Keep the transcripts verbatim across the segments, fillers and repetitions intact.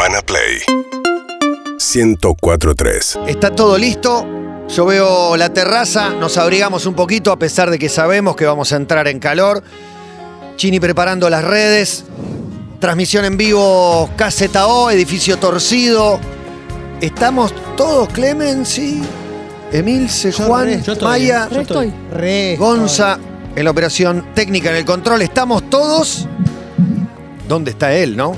Urbana Play ciento cuatro punto tres. Está todo listo. Yo veo la terraza, nos abrigamos un poquito a pesar de que sabemos que vamos a entrar en calor. Chini preparando las redes. Transmisión en vivo K Z O, edificio torcido. Estamos todos, Clemency, Emilce, Juan, re, yo estoy, Maya, yo estoy. Re Gonza, en la operación técnica, en el control. Estamos todos. ¿Dónde está él, no?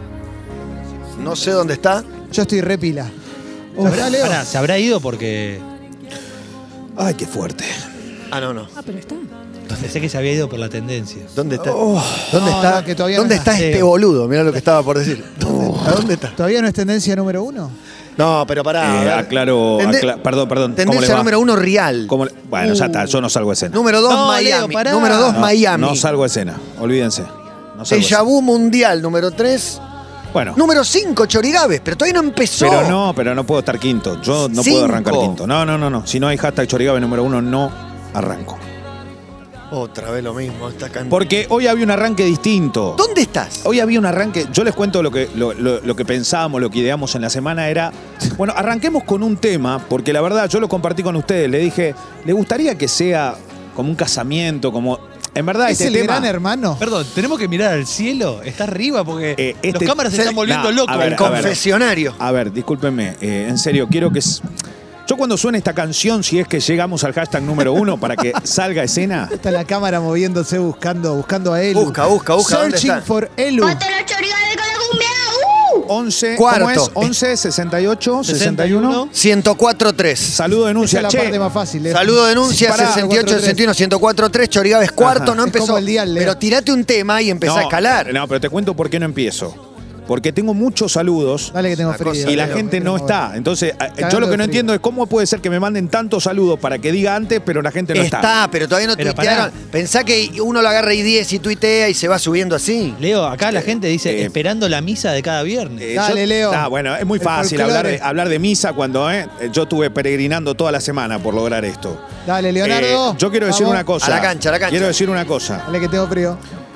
No sé dónde está. Yo estoy re pila. ¿Se habrá, pará, ¿se habrá ido porque...? Ay, qué fuerte. Ah, no, no. Ah, pero está. Pensé que se había ido por la tendencia. ¿Dónde está? Oh, ¿Dónde no, está? no, que todavía ¿Dónde no está está. este Sí. boludo? Mirá lo que estaba por decir. ¿Dónde, ¿A dónde está? ¿Todavía no es tendencia número uno? No, pero pará. a Eh, ver. aclaro, Tende- acla- perdón, perdón. ¿Cómo le Tendencia va? número uno, Real. ¿Cómo le- Bueno, ya está, yo no salgo de escena. Número dos, No, Miami. Leo, pará. Número dos, No, Miami. No salgo de escena, olvídense. No salgo de Déjà vu mundial, número tres. escena. Bueno, Número cinco, Chorigaves, pero todavía no empezó. pero no, pero no puedo estar quinto. Yo no Cinco. puedo arrancar quinto. No, no, no, no. Si no hay hashtag Chorigabe número uno, no arranco. Otra vez lo mismo. Está can... Porque hoy había un arranque distinto. ¿Dónde estás? Hoy había un arranque, yo les cuento lo que, lo, lo- lo que pensábamos, lo que ideamos en la semana era, bueno, arranquemos con un tema, porque la verdad yo lo compartí con ustedes, le dije, ¿le gustaría que sea como un casamiento, como, en verdad ¿Es este el tema... gran hermano? Perdón, ¿tenemos que mirar al cielo? ¿Está arriba? Porque Eh, este- los cámaras se se- están volviendo no, locos. a ver, El confesionario. A ver, discúlpenme, eh, en serio, quiero que... s- Yo cuando suene esta canción, si es que llegamos al hashtag número uno para que salga escena, Está la cámara moviéndose buscando, buscando a Elu. Busca, busca, busca, ¿dónde Searching está? for Elu. ¡Mate los chorigaves con la cumbia! ¡Uh! once, Cuarto. ¿cómo es? once, sesenta y ocho, sesenta y uno. ciento cuatro tres. Saludo, Esa denuncia. es la Che, parte más fácil. ¿eh? Saludo, denuncia, Pará, sesenta y ocho, sesenta y uno, ciento cuatro tres, Chorigaves cuarto, Ajá. no Es empezó. como el dial, Leo. Pero tirate un tema y empezá a escalar. No, pero te cuento por qué no empiezo. Porque tengo muchos saludos Dale que tengo Una frío. cosa, y la Leo, gente no está. Entonces, eh, Cagando yo lo que de no frío. entiendo es cómo puede ser que me manden tantos saludos para que diga antes, pero la gente no está. Está, pero todavía no Pero tuitearon. pará. Pensá que uno lo agarra y diez y tuitea y se va subiendo así. Leo, acá la gente dice, eh, esperando la misa de cada viernes. Eh, Dale, yo- Leo. Ah, bueno, es muy El fácil folclore. hablar de, hablar de misa cuando eh, yo estuve peregrinando toda la semana por lograr esto. Dale, Leonardo. Eh, yo quiero decir Vamos. una cosa. A la cancha, a la cancha. Quiero decir una cosa. Dale que tengo frío.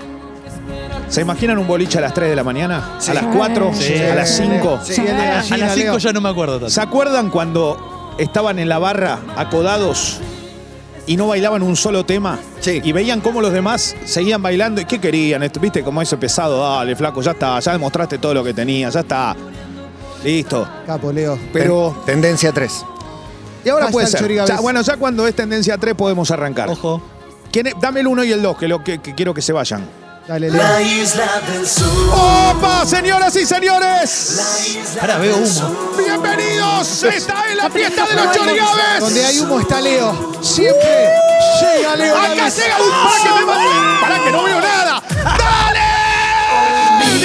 ¿Se imaginan un boliche a las tres de la mañana? Sí. ¿A las cuatro? Sí. ¿A las cinco? Sí. Sí, el de a gallina, las cinco Leo. ya no me acuerdo tanto. ¿Se acuerdan cuando estaban en la barra acodados y no bailaban un solo tema? Sí. Y veían cómo los demás seguían bailando. ¿Y qué querían? Esto, ¿Viste como ese pesado? Dale, flaco, ya está. Ya demostraste todo lo que tenías. Ya está. Listo. Capo, Leo. Pero... Tendencia tres. Y ahora Hashtag puede ser. Chorigaves. Ya, bueno, ya cuando es tendencia tres podemos arrancar. Ojo. ¿Quién es? Dame el uno y el dos, que, lo, que, que quiero que se vayan. Dale, Leo. ¡Opa, señoras y señores! Ahora veo humo. ¡Bienvenidos! ¡Esta es la fiesta de los Chorigaves! Donde hay humo está Leo. Siempre llega Leo. ¡Acá Gávez. llega un... ¡Para que me mate! ¡Para que no veo nada! ¡Dale!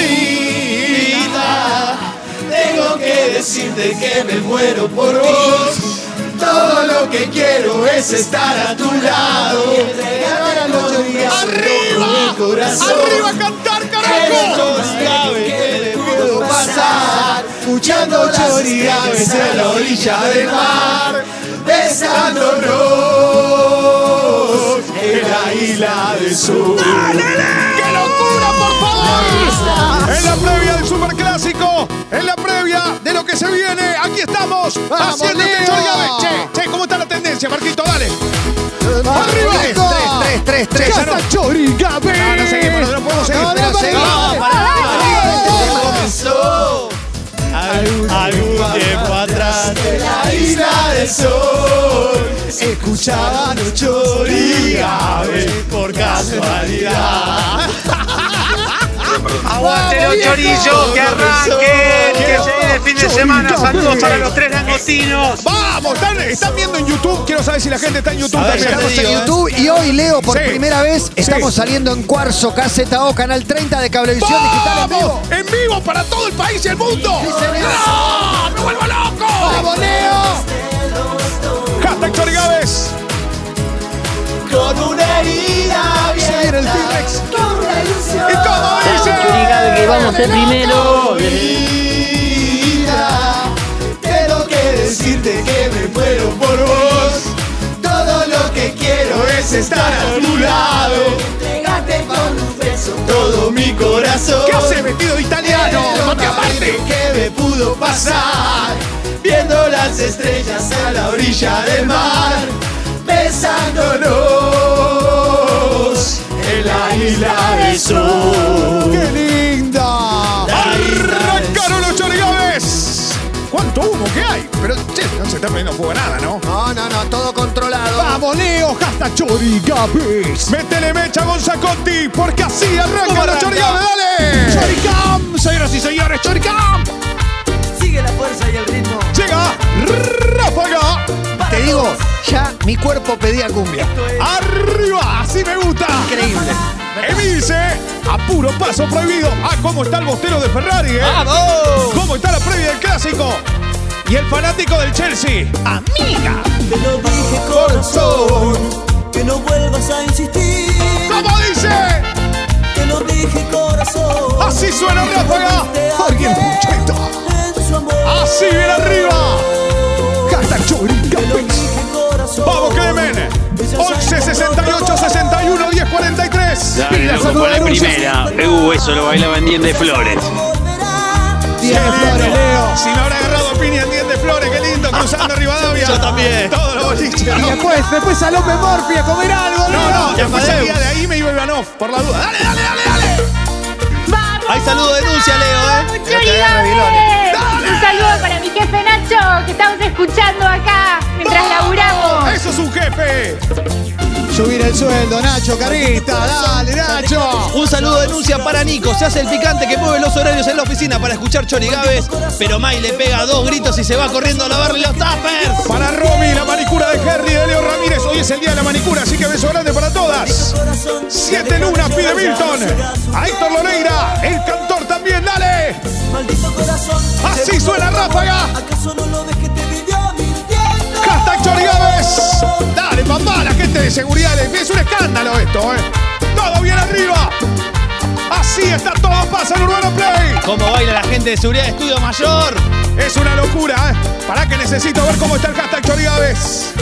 Vida, tengo que decirte que me muero por vos. Todo lo que quiero es estar a tu lado. Entregar los chorigaves ¡Arriba! con mi corazón. ¡Arriba a cantar, Eres carajo! lo más leve que me puedo pasar. Escuchando chorigaves en la orilla del mar. Besándonos en la isla del sur. ¡Qué locura, por favor! En la previa del Superclásico, en la previa de lo que se viene, aquí estamos ¡Vamos, haciendo este Leo! Chorigaves. Che, che, ¿cómo está la tendencia, Marquito? Dale. ¡Arriba! Tres, tres, tres, tres. Ya no- ¡Hashtag Chorigaves! No, no seguimos, no, no podemos seguir. No, no, Pero no, seguimos. no, Comenzó Algún tiempo atrás. en la isla del sol. Escuchaba los chorigaves por casualidad. Aguante los chorizos, que arranquen, que se viene el fin de semana. Saludos para los tres langostinos. Vamos, ¿están, están viendo en YouTube. Quiero saber si la gente está en YouTube A ver, también. ya te Estamos en digo, ¿eh? YouTube y hoy, Leo, por Sí. primera vez, estamos Sí. saliendo en Cuarzo, K Z O, Canal treinta de Cablevisión Digital en vivo. ¡Vamos! ¡En vivo para todo el país y el mundo! Sí, señor. ¡No! ¡Me vuelvo loco! ¡Vamos, Leo! Hashtag Chorigaves. Con una herida Se viene el abierta. T-Rex. Con una ilusión. ¿Y cómo dice? que vamos a ser primero. Vida, tengo que decirte que me muero por vos. Todo lo que quiero es estar a tu lado. Entregarte con un beso todo mi corazón. ¿Qué hace vestido de italiano? ¡No te aparte! Que me pudo pasar, viendo las estrellas a la orilla del mar, besándonos en la isla del sol. ¡Qué linda! ¡Arrancaron los chorigaves! ¿Cuánto humo que hay? Pero, che, no se está poniendo fuego a nada, ¿no? No, no, no, todo controlado. ¡Vamos, Leo! ¡Hashtag Chorigaves! Métele mecha Gonzacotti, porque así ¿Cómo arrancan los arranca? chorigaves, dale. ¡Choricam! Señoras y señores, Choricam. Sigue la fuerza y el ritmo. Llega Ráfaga. Te digo, ya mi cuerpo pedía cumbia. Arriba, así me gusta. Increíble. Emilce, a puro paso prohibido. Ah, cómo está el bostero de Ferrari, ¿eh? ¡Vamos! ¿Cómo está la previa del clásico? Y el fanático del Chelsea. Amiga. Te lo dije, corazón, que no vuelvas a insistir. ¿Cómo dice? Te lo dije, corazón. Así suena Ráfaga. Alguien pucheta. En su amor. Así viene arriba. Hashtag Chorigaves. Vamos, Clemen. once sesenta y ocho sesenta y uno diez cuarenta y tres. Dale, loco, por la primera. Uh, eso lo bailaban Diez de Flores. Diez de Flores, Leo. Si me habrá agarrado piña en Diez de Flores, qué lindo, cruzando Rivadavia. Yo también. Todos los boliches. Y después, después a López Morphy a comer algo, Leo. No, no, Y después Amadeus. salía de ahí me iba Ivanov, por la duda. Dale, dale, dale, dale. ¡Vamos! Hay saludo de denuncia, Leo, ¿eh? ¡Chorigaves! Un saludo para mi jefe Nacho, que estamos escuchando acá mientras laburamos. Eso es un jefe. Subir el sueldo, Nacho, Carita, dale, Nacho. Un saludo de denuncia para Nico. Se hace el picante que mueve los horarios en la oficina para escuchar Chorigaves. Pero May le pega dos gritos y se va corriendo a lavarle los tuppers. Para Romy, la manicura de Henry de Leo Ramírez. Hoy es el día de la manicura, así que beso grande para todas. Siete lunas pide Milton. A Héctor Loreira, el cantor también, dale. Maldito corazón. Así suena Ráfaga. ¿Acaso no lo ves que te vivió mintiendo? Hashtag Chorigaves. Dale, papá, la gente de seguridad. Es un escándalo esto, ¿eh? Todo bien arriba. Así está, todo pasa en Urbano Play. Cómo baila la gente de seguridad de Estudio Mayor. Es una locura, ¿eh? Pará que necesito ver cómo está el hashtag Chorigaves.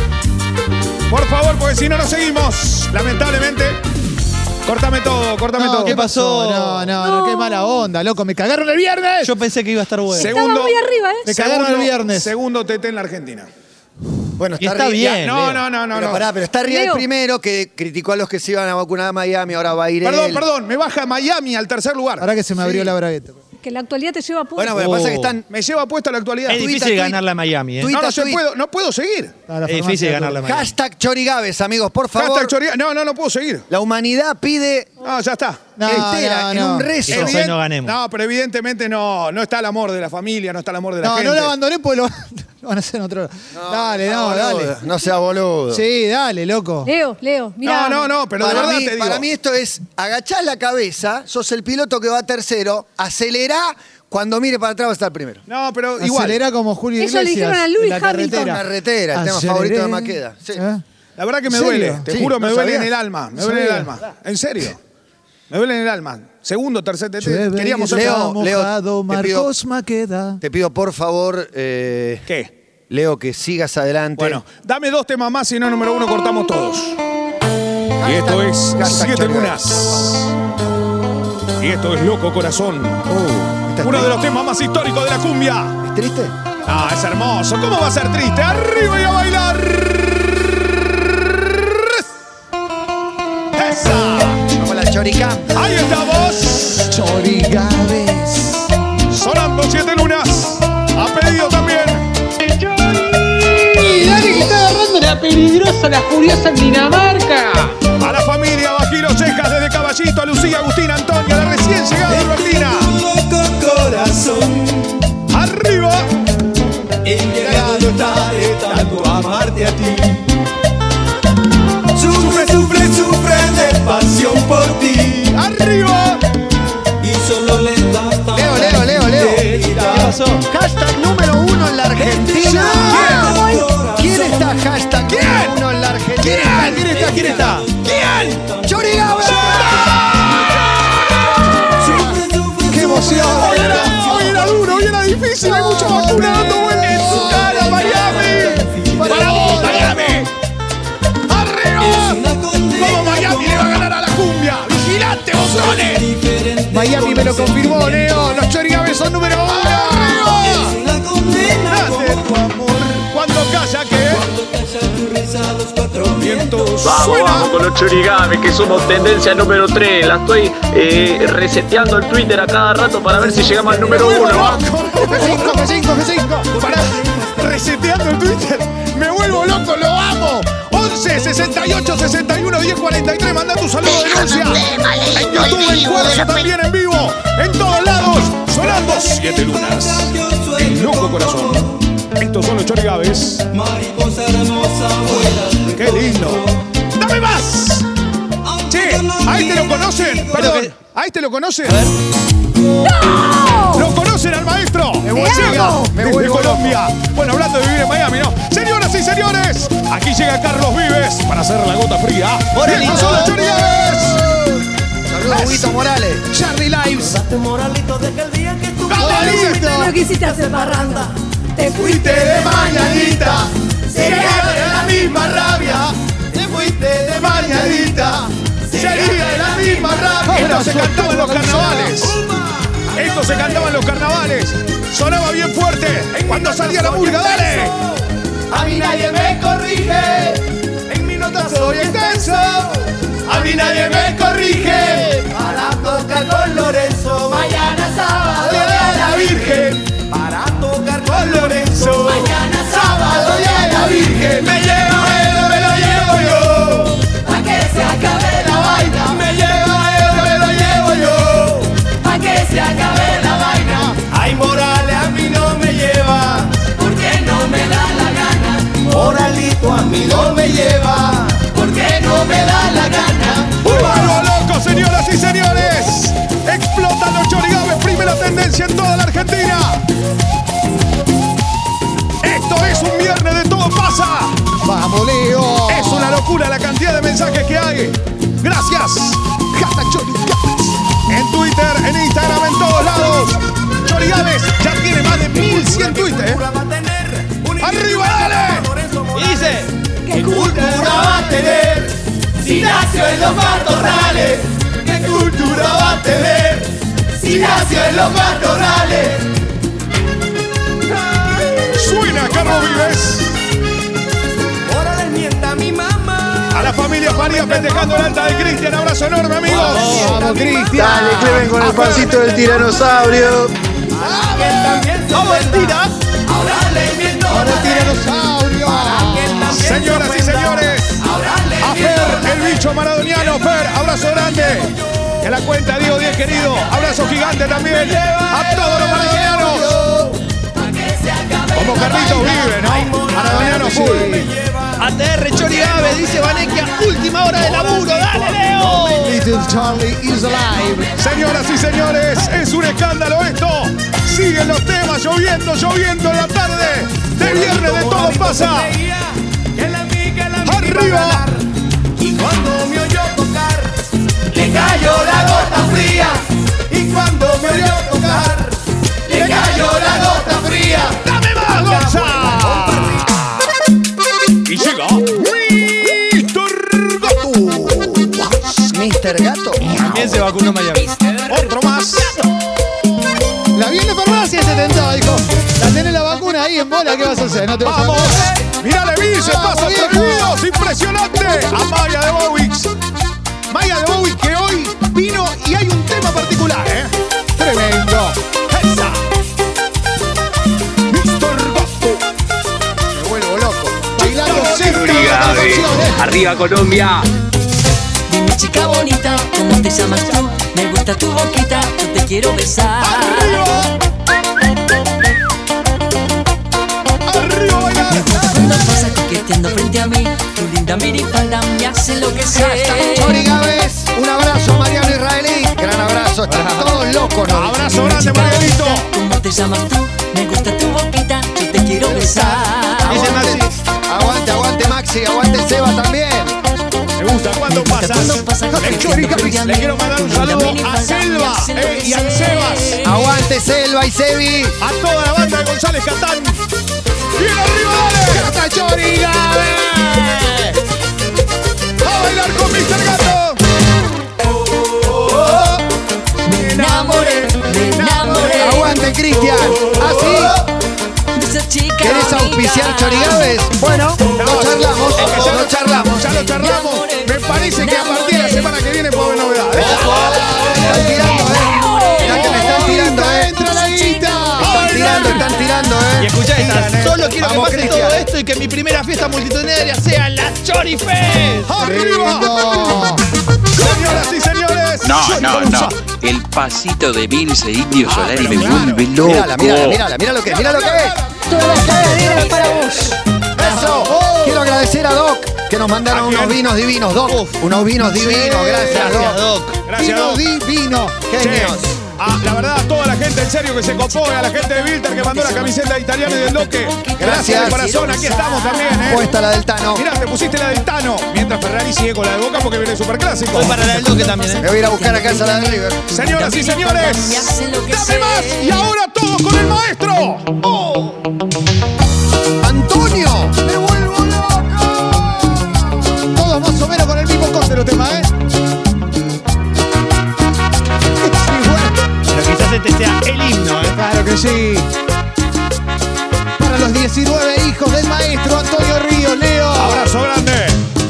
Por favor, porque si no, no seguimos. Lamentablemente. Córtame todo, córtame No, todo. ¿qué pasó? No, no, no, qué mala onda, loco. Me cagaron el viernes. Yo pensé que iba a estar bueno. Segundo, Estaba muy arriba, ¿eh? Me cagaron el viernes. Segundo T T en la Argentina. Bueno, Y está arri- bien. No, Leo. no, no, no. Pero no. pará, pero está arriba el Leo. primero que criticó a los que se iban a vacunar a Miami, ahora va a ir Perdón, él. perdón, me baja Miami al tercer lugar. Ahora que se me abrió la bragueta. Que la actualidad te lleva a punto. Bueno, pero Oh. pasa que están. Me lleva puesta la actualidad. Es Tuita, difícil tuit- ganarle a Miami, ¿eh? tuit- No, no, se tuit- puedo, no puedo seguir. A la Es difícil farmacia, ganarle a Miami. Hashtag Chorigaves, amigos, por favor. Hashtag Choriga- No, no, no puedo seguir. La humanidad pide No, ya está. No, entera no, en no. un rezo. Eso hoy no ganemos. No, pero evidentemente no, no está el amor de la familia, no está el amor de la No, gente. no lo abandoné porque lo, lo van a hacer en otro lado. dale, no, boludo, dale. No sea boludo. Sí, dale, loco. Leo, Leo, mira. No, no, no, pero de Para verdad mí, te digo. para mí esto es, agachás la cabeza, sos el piloto que va tercero, acelerá, cuando mire para atrás va a estar primero. No, pero igual. Acelera como Julio Eso le Iglesias. dijeron a Lewis en la Hamilton. carretera. Carretera, el tema Aceleré. favorito de Maqueda. Sí. ¿Eh? La verdad que me ¿En duele, serio? te Sí, juro, me ¿no duele en sabías? el alma. Me No duele en el sabía. alma. ¿En serio? Me duele en el alma. Segundo, tercer T T. Llueve Queríamos y ser. Leo, está Leo, mojado, te pido- Marcos Maqueda. Te pido por favor, eh, ¿Qué? Leo, que sigas adelante. Bueno, dame dos temas más, si no, número uno, cortamos todos. Y esto es hashtag Siete Chorigaves. Lunas. Y esto es Loco Corazón. Uh, ¿estás Uno de triste? los temas más históricos de la cumbia. ¿Es triste? Ah, es hermoso. ¿Cómo va a ser triste? ¡Arriba y a bailar! ¡Esa! Vamos a la Choricam. Ahí estamos. Chorigaves. Sonando Siete Lunas. Ha pedido también. Y dale que está agarrando la peligrosa, la furiosa en Dinamarca. A la familia Bajiro Cejas desde Caballito, a Lucía, Agustín, Antonio, a la recién llegada Albertina. Loco corazón, Arriba. embriagado está de tanto amarte a ti. Sufre, sufre, sufre de pasión por ti. Arriba. Y solo le das Leo, Leo, Leo, Leo. ¿Qué pasó? Hashtag número uno en la Argentina. ¿Quién está hashtag número uno en la Argentina? ¿Quién está? ¿Quién está? ¡Chorigaves! ¡Qué emoción! Hoy era, hoy era duro, hoy era difícil. Hay mucha vacuna dando vueltas en su cara, Miami. Para vos, Miami. Arriba. ¿Cómo Miami le va a ganar a la cumbia? Vigilante, botones. Miami me lo confirmó, Leo. Los Chorigaves son número uno. Vamos, Suena. vamos con los chorigaves, que somos tendencia número tres. La estoy eh, reseteando el Twitter a cada rato para ver si llegamos al número Me vuelvo uno. loco. F cinco, F cinco, F cinco. Pará, reseteando el Twitter. Me vuelvo loco, lo amo. once, sesenta y ocho, sesenta y uno, diez, cuarenta y tres. Manda tu saludo de denuncia. En YouTube, en Cuarzo, también en vivo. En todos lados. Sonando siete lunas. El loco corazón. Estos son los chorigaves. ¡Qué lindo! ¡Dame más! Che, ¿a este lo conocen? Perdón, ¿a este lo conocen? ¡No! ¿Lo conocen al maestro? Me vuelvo Llega loco, me desde vuelvo Colombia. Bueno, hablando de vivir en Miami, ¿no? Señoras y señores, aquí llega Carlos Vives para hacer la gota fría. Moralito. ¡Estos son los chorigaves! Saludos, Huguito Morales. Charlie Lives. Moralito, desde el día que tú No quisiste hacer parranda. Te fuiste de mañanita, sería de la misma rabia. Te fuiste de mañanita, sería de la misma rabia. Esto se cantaba en los carnavales. Esto se cantaba en los carnavales. Sonaba bien fuerte cuando salía la murga. ¡Dale! A mí nadie me corrige, en mi nota soy extenso. A mí nadie me corrige, para tocar con Lorenzo. Mañana sábado, día de la Virgen. Para tocar con Lorenzo. Mañana sábado, día de la Virgen. Me lleva él, me lo llevo yo. Pa' que se acabe la vaina. Me lleva él, me lo llevo yo. Pa' que se acabe la vaina. Ay, Morales a mí no me lleva, porque no me da la gana. Moralito a mí no me lleva, porque no me da la gana. ¡Vuelvo loco, señoras y señores! Explotan los chorigaves, primera tendencia en toda la Argentina. Esto es un viernes de todo pasa. ¡Vamos, Leo! Es una locura la cantidad de mensajes que hay. Gracias. Hashtag Chorigaves. En Twitter, en Instagram, en todos lados. Chorigaves ya tiene más de mil cien tweets, ¿eh? ¡Arriba, dale! Y dice, ¿qué cultura va a tener si nació en los matorrales? ¿Qué cultura va a tener si nació en los matorrales? Suena Carlos Vives. Ahora les mienta a mi mamá. A la familia Faría festejando el alta de Cristian. Abrazo enorme, amigos. ¡Vamos, Cristian! Dale, Clemen con el pancito del tiranosaurio. ¡Vamos, tira! Ahora les miento a ¡Ahora tiranosaurio! Señoras y señores, a Fer, el bicho maradoniano. Fer, abrazo grande. Y a la cuenta Diego Diez, querido. Abrazo gigante también a todos los maradonianos. Como Carlitos vive, ¿no? Maradoniano full. A T R Chorigave, dice Vanequia, última hora de laburo. ¡Dale, Leo! Little Charlie is alive. Señoras y señores, es un escándalo esto. Siguen los temas lloviendo, lloviendo en la tarde de viernes de todo pasa. Arriba. Y cuando me oyó tocar, le cayó la gota fría. Y cuando me oyó tocar, le cayó la gota fría. ¡Dame más, Gonza! Y llega mister Gato. mister Gato. También se vacunó Miami. Otro más. La vi en la farmacia y se tentó, dijo. La tenés la vacuna ahí en bola, ¿qué vas a hacer? No te vas a Vamos. vacunar. Mirá, Levi, se Vamos, pasa viejo. prohibidos. Impresionante. A Maya de Bowix. Maya de Bowix que hoy vino y hay un tema particular, ¿eh? Tremendo. Esa. mister Gato. Me vuelvo loco. Bailando cerca de la Chorigave. canción, ¿eh? Arriba Colombia. Dime chica bonita, ¿cómo te llamas tú? Me gusta tu boquita, yo te quiero besar. Arriba. Arriba, bailar. Me gusta cuando pasas coqueteando frente a mí. Tu linda minifalda me hace enloquecer. Chorigaves, un abrazo a Mariano Israelí. Gran abrazo, están todos locos, ¿no? Abrazo grande, Marianito. ¿Cómo te llamas tú? Me gusta tu boquita, yo te quiero besar. Dice Maxi. Aguante, aguante Maxi, aguante Seba también. Me gusta cuando pasas. El Chorigaves. Le quiero mandar un saludo a Selva eh, y a Sebas. Aguante Selva y Sebi. A toda la banda de González Catán. ¡Bien arriba, dale! ¡Cata Chorigave! ¡A bailar con mister Gato! Me enamoré, me enamoré. Aguante Cristian. Así. De esa chica ¿Querés auspiciar Chorigaves? Bueno, lo charlamos, Ya lo charlamos. Ya lo charlamos. Me parece que a partir de la semana que viene puede haber novedades. Están tirando, eh. Mirá que me están tirando, eh. ¡Entra la guita! Están tirando, están tirando, Y eh. escuchá esta, solo quiero Vamos, que pase Cristian. todo esto y que mi primera fiesta multitudinaria sea la Chorifest. ¡Arriba! Señoras y señores. No, no, no. El pasito de Milce Indio Solari me vuelve loco. Mírala, mírala, mírala, mira lo que es, mira lo que es. Toda la cadera para vos. Eso. Quiero agradecer a Doc que nos mandaron ¿A quién? unos vinos divinos, Doc. Unos vinos divinos, gracias, Gracias, Doc. Doc. Gracias, Vino Doc. divino. Genios. Ah, la verdad, a toda la gente en serio que se copó, a la gente de Vilter que mandó la camiseta italiana y del Doque. Gracias, Gracias. de corazón, aquí estamos también, ¿eh? Puesta la del Tano. Mirá, te pusiste la del Tano, mientras Ferrari sigue con la de Boca porque viene el superclásico. Voy para la del Doque también, Me ¿eh? voy a ir a buscar a casa la de River. Señoras y señores, dame más y ahora todos con el maestro. Oh. Antonio. ¡Me vuelvo loco! Todos más o menos con el mismo corte los temas, ¿eh? Pero quizás este sea el himno, ¿eh? Claro que sí. Para los diecinueve hijos del maestro Antonio Ríos, Leo. Abrazo grande.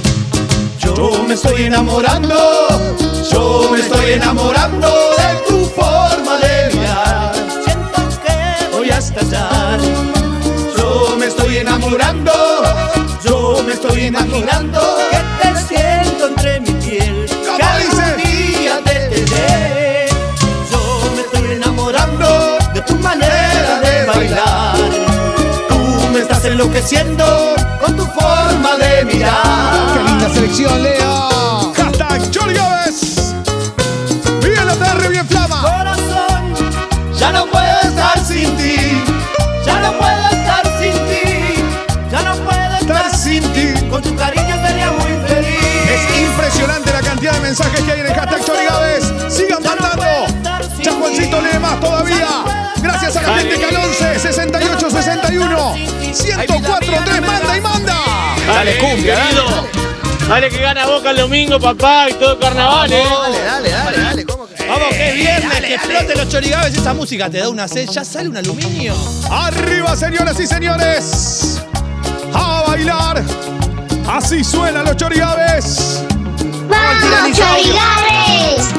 Yo me estoy enamorando, yo me estoy enamorando de tu forma de mirar. Siento que voy a estallar. Yo me estoy enamorando, yo me estoy imaginando que te siento entre mi piel. Que algún día te tendré. Yo me estoy enamorando de tu manera de bailar. Tú me estás enloqueciendo con tu forma de mirar. ¡Qué linda selección, Leo! Hashtag Chorigaves. Bien la tarde, bien flama. Corazón, ya no puedo estar sin ti. Ya no puedo estar sin ti. Ya no puedo estar sin ti. Con tu cariño sería muy feliz. Es impresionante la cantidad de mensajes que hay en el hashtag Chorigaves. Sigan mandando. Ya Juancito lee más todavía. Gracias a la gente que al once sesenta y ocho sesenta y uno ciento cuatro tres manda y manda. Dale, cumbia, dale. Dale que gana Boca el domingo, papá, y todo el carnaval, ¿eh? Dale, dale, dale, dale. ¿Cómo que? Vamos, que es viernes, que explote los Chorigaves. Esa música te da una sed. ¿Ya sale un aluminio? Arriba, señoras y señores. A bailar. Así suenan los Chorigaves. ¡Vamos, Chorigaves!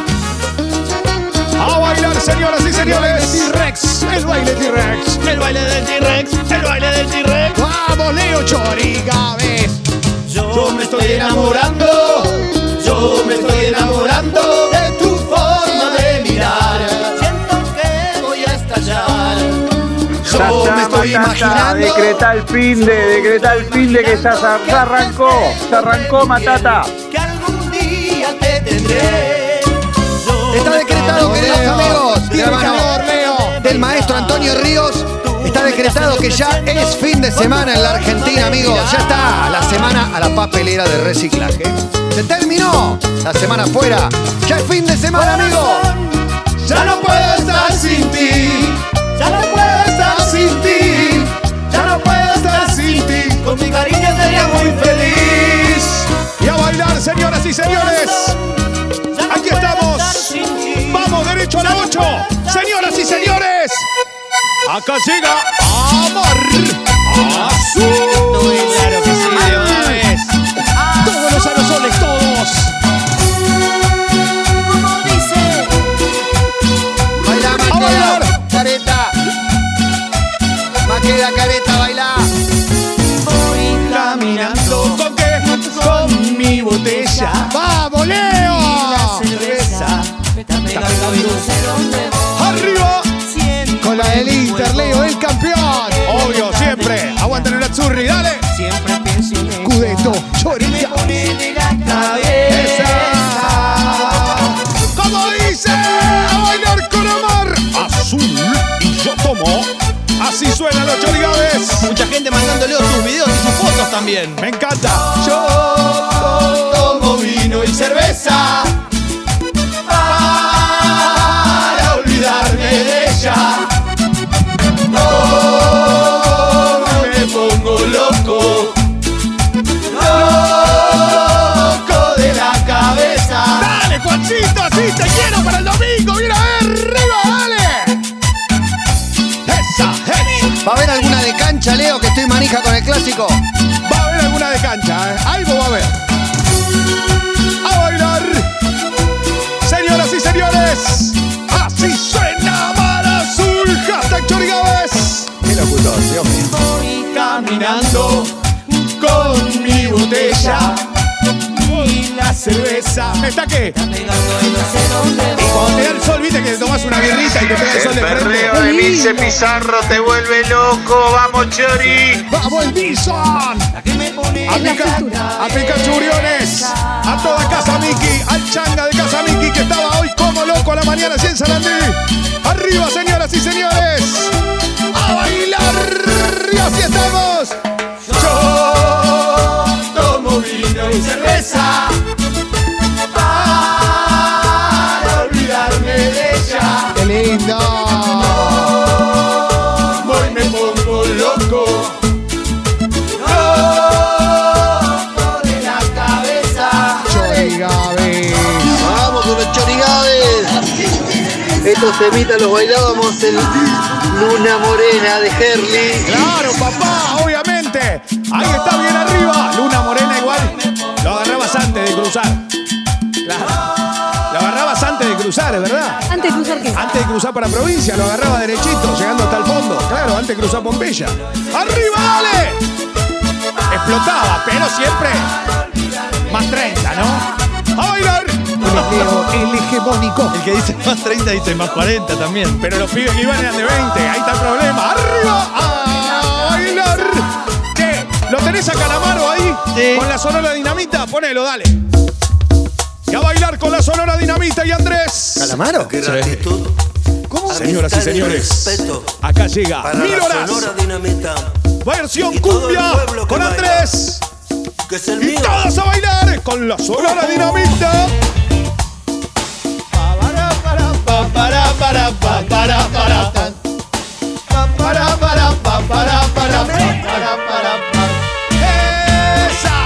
A bailar, señoras y señores. T-Rex, el baile T-Rex. El baile del T-Rex, el baile del T-Rex. ¡Vamos, Leo Chorigaves! Yo me estoy enamorando. Yo me estoy enamorando de tu forma de mirar. Siento que voy a estallar. Yo me estoy imaginando. Decreta el fin de, decreta el fin de que ya se, se arrancó, se arrancó Matata. Que algún día te tendré. Yo Está me decretado, estoy queridos amigos, Tiene hermano, calor, Leo. del maestro Antonio Ríos. Está decretado que ya es fin de semana en la Argentina, amigos. Ya está la semana a la papelera de reciclaje. Se terminó la semana afuera. Ya es fin de semana, amigos. Ya no puedo estar sin ti. Ya no puedo estar sin ti. Ya no puedo estar sin ti. Con mi cariño sería muy feliz. Y a bailar, señoras y señores. Aquí estamos. Vamos derecho a la ocho. Señoras y señores. Acá llega Amar Azul. Claro que sí, de una vez. Todos los aerosoles, todos. Baila, A Maqueda, bailar. careta. Maqueda, careta, baila. Voy caminando. ¿Con qué? Con mi botella. ¡Vamos, Leo! Cerveza. Arriba. Con la del Inter, Leo, el campeón. Obvio, siempre. Aguanten el Azzurri, dale. Siempre pienso en ella. Cudeto, Chorigaves. De la cabeza. Como dice, a bailar con Amar Azul y yo tomo. Así suenan los Chorigaves. Mucha gente mandando Leo sus videos y sus fotos también. Me encanta. Yo tomo vino y cerveza para olvidarme de ella. No me pongo loco, loco de la cabeza. Dale, Juancito, así te quiero para el domingo. Mira arriba, dale. Esa, hey. ¿Va a haber alguna de cancha, Leo, que estoy manija con el clásico? Va a haber alguna de cancha, ¿eh? Algo va a haber. A bailar. Señoras y señores, así suena Mar Azul. Hashtag Chorigaves. Qué locutor, Dios mío. Voy caminando con mi botella y la cerveza. ¿Está qué? Y cuando te da el sol, viste que te tomas una birrita y te pega el sol de frente. El perreo de Milce Pizarro te vuelve loco. ¡Vamos, Chori! ¡Vamos, el Bison! A picar, a picar churiones. A toda Casa Miki, al changa de Casa Miki que estaba hoy como loco a la mañana así en Sarandí. Arriba, señoras y señores. A bailar. Y así estamos. Yo tomo vino y cerveza para olvidarme de ella. ¡Qué lindo! Voy, me pongo loco. Loco de la cabeza. Chorigaves. Vamos con los Chorigaves. Estos temitas los bailábamos en Luna Morena de Herli. Claro, papá, obviamente. Ahí está bien arriba. Luna Morena igual. Lo agarrabas antes de cruzar. Claro. Lo agarrabas antes de cruzar, ¿es verdad? ¿Antes de cruzar qué? Antes de cruzar para provincia, lo agarraba derechito, llegando hasta el fondo. Claro, antes de cruzar Pompeya. ¡Arriba, dale! Explotaba, pero siempre más treinta, ¿no? ¡A bailar! El hegemónico. El que dice más treinta dice más cuarenta también. Pero los pibes que iban eran de veinte, ahí está el problema. ¡Arriba! ¡A bailar! Che, ¿lo tenés a Calamaro ahí? Sí. Con la Sonora Dinamita, ponelo, dale. Y a bailar con la Sonora Dinamita y Andrés. ¿Calamaro? ¿Cómo? Señoras y señores, acá llega Mil Horas. Versión cumbia con Andrés. Y todos a bailar con la Sonora Dinamita. Para para pa para para pa para para pa para para pa para para para para pa. ¡Esa!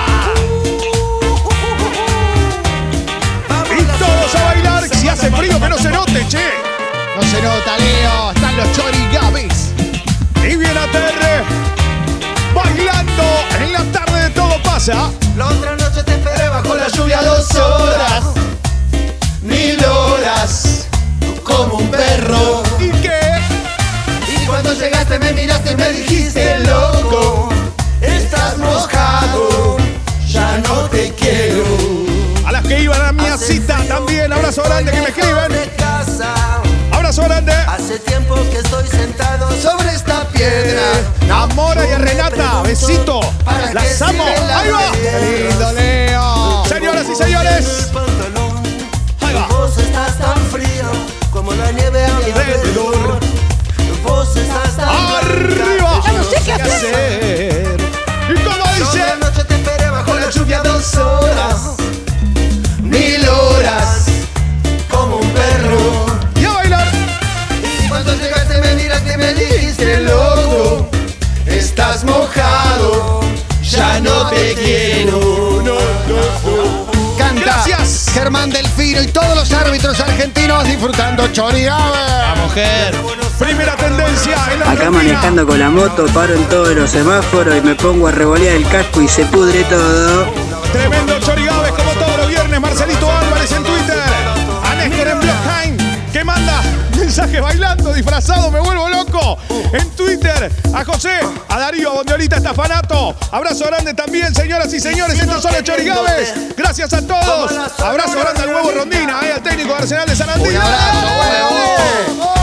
Y todos a bailar. Si hace frío que no se note, che. No se nota, Leo. Están los Chorigaves. Y viene a Terre bailando en la tarde de Todo Pasa. La otra noche te esperé bajo la lluvia dos horas, mil horas, como un perro. ¿Y qué? Y cuando llegaste me miraste y me dijiste, loco, estás mojado, ya no te quiero. A las que iban a mi cita también, abrazo grande que me escriben. Abrazo grande. Hace tiempo que estoy sentado sobre esta piedra. A Mora y a Renata, besito. Las amo. Ahí va. ¡Qué lindo, Leo! Señoras y señores. Ahí va. Vos estás tan frío como la nieve a mi alrededor. Vos estás tan arriba. Ya no sé qué hacer. ¿Y cómo dice? La noche te esperé bajo la lluvia dos horas, mil horas, como un perro. Y a bailar. Y cuando llegaste me miraste y me dijiste, loco, estás mojado, ya no te quiero. No, no, no. Canta Gracias. Germán Delfino y todos los árbitros argentinos disfrutando Chorigaves. La mujer. Primera tendencia en la Acá Argentina. manejando con la moto, paro en todos los semáforos y me pongo a revolear el casco y se pudre todo. Tremendo Chorigaves como todos los viernes. Marcelito Álvarez en Twitter. A Néstor en Blockheim que manda mensajes bailando, disfrazado, me vuelvo loco. En Twitter, a José, a Darío, a Bondiolita Estafanato. Abrazo grande también, señoras y señores. Estos son los Chorigaves. Gracias a todos. Abrazo grande al huevo Rondina, ahí al técnico de Arsenal de Sarandí. Un abrazo, huevo.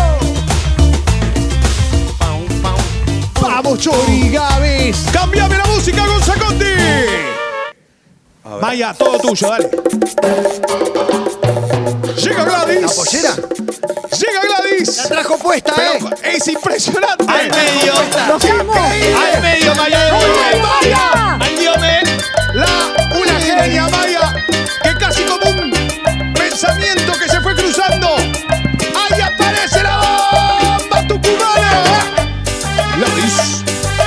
¡Vamos, Chorigaves! ¡Cambiame la música, Gonzacotti! Maya, todo tuyo, dale. Llega Gladys. ¿La pollera? Llega Gladys. La trajo puesta, Pero eh. es impresionante. Al medio. ¡Los amo! Al medio, Maya. ¡Maya! Al diome. La, una genia Maya, que casi como un pensamiento que se fue cruzando. ¡Ahí aparece la bomba tucumana! Gladys.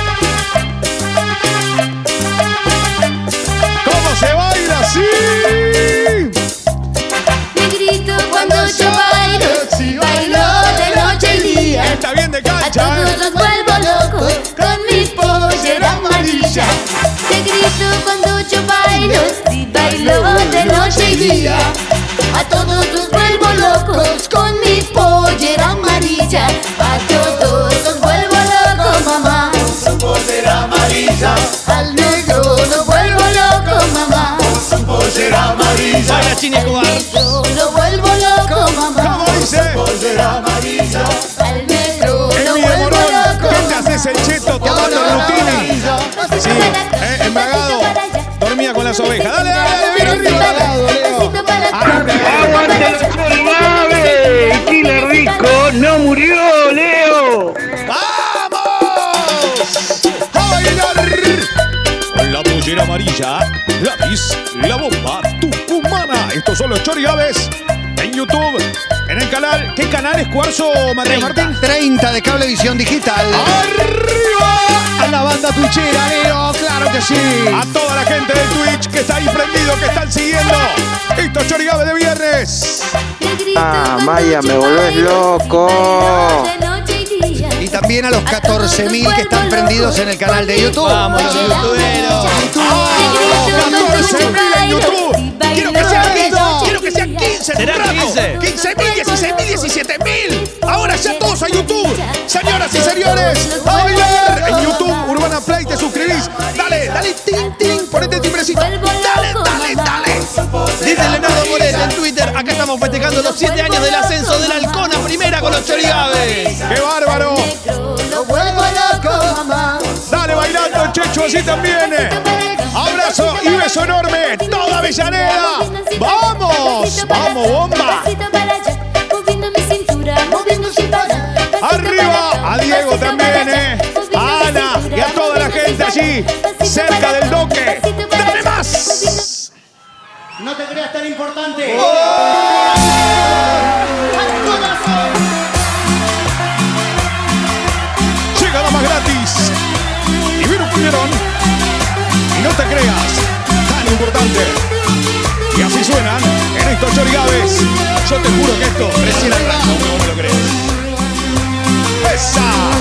¿Cómo se baila así? Me grito cuando yo bailo, bailo de noche y día. Está bien de A cancha, todos ¿eh? los vuelvo día. A todos los vuelvo locos con mi pollera amarilla. A todos los vuelvo locos, mamá. Con su pollera amarilla. Al negro lo vuelvo loco, mamá. Con su pollera amarilla. Vaya Chini Escobar. Al negro lo vuelvo loco, mamá. ¿Cómo dice? Con su pollera amarilla. Al negro lo Emi de vuelvo Morón, loco, ¿qué te haces el cheto tomando rutina? Sí, eh, embragado. Dormía con las ovejas. Dale, dale, dale, bien arriba. ¡Aguante los Chorigaves! ¡Killer Disco no murió, Leo! ¡Vamos! ¡A bailar! Con la pollera amarilla, lápiz, la bomba, tucumana. Estos son los Chorigaves en YouTube, en el canal. ¿Qué canal es, Cuarzo, Matías Martín? treinta de Cablevisión Digital. ¡Arriba! A la banda twitchera, Leo, claro que sí. A toda la gente de Twitch que está ahí prendido, que están siguiendo estos Chorigaves de viernes. Ah, Maya, me volvés loco. Y también a los catorce mil que están prendidos en el canal de YouTube. Vamos, los youtuberos. catorce mil en YouTube. Quiero que sean quince. Quiero que sean quince. ¿Serán quince? quince mil, dieciséis mil, diecisiete mil. Ahora ya todos a YouTube. Señoras y señores, a bailar en YouTube. Urbana Play, te suscribís. Dale, dale, tin, tin. Ponete el timbrecito. Dale, dale, dale. Dice Leonardo Morel en Twitter, acá estamos festejando los siete años del ascenso del Halcón a primera con los Chorigaves. ¡Qué bárbaro! Lo vuelvo loco, mamá. Dale bailando, Checho, así también. Abrazo y beso enorme. Toda Avellaneda. ¡Vamos! ¡Vamos, bomba! Arriba a Diego también, ¿eh? A Ana y a toda la gente allí, cerca del doque. ¡Dame más! No te creas tan importante. Llega la más gratis. Y viene un puñerón. Y no te creas tan importante. Y así suenan en estos Chorigaves. Yo te juro que esto recién arranca, no me lo crees. ¡Esa!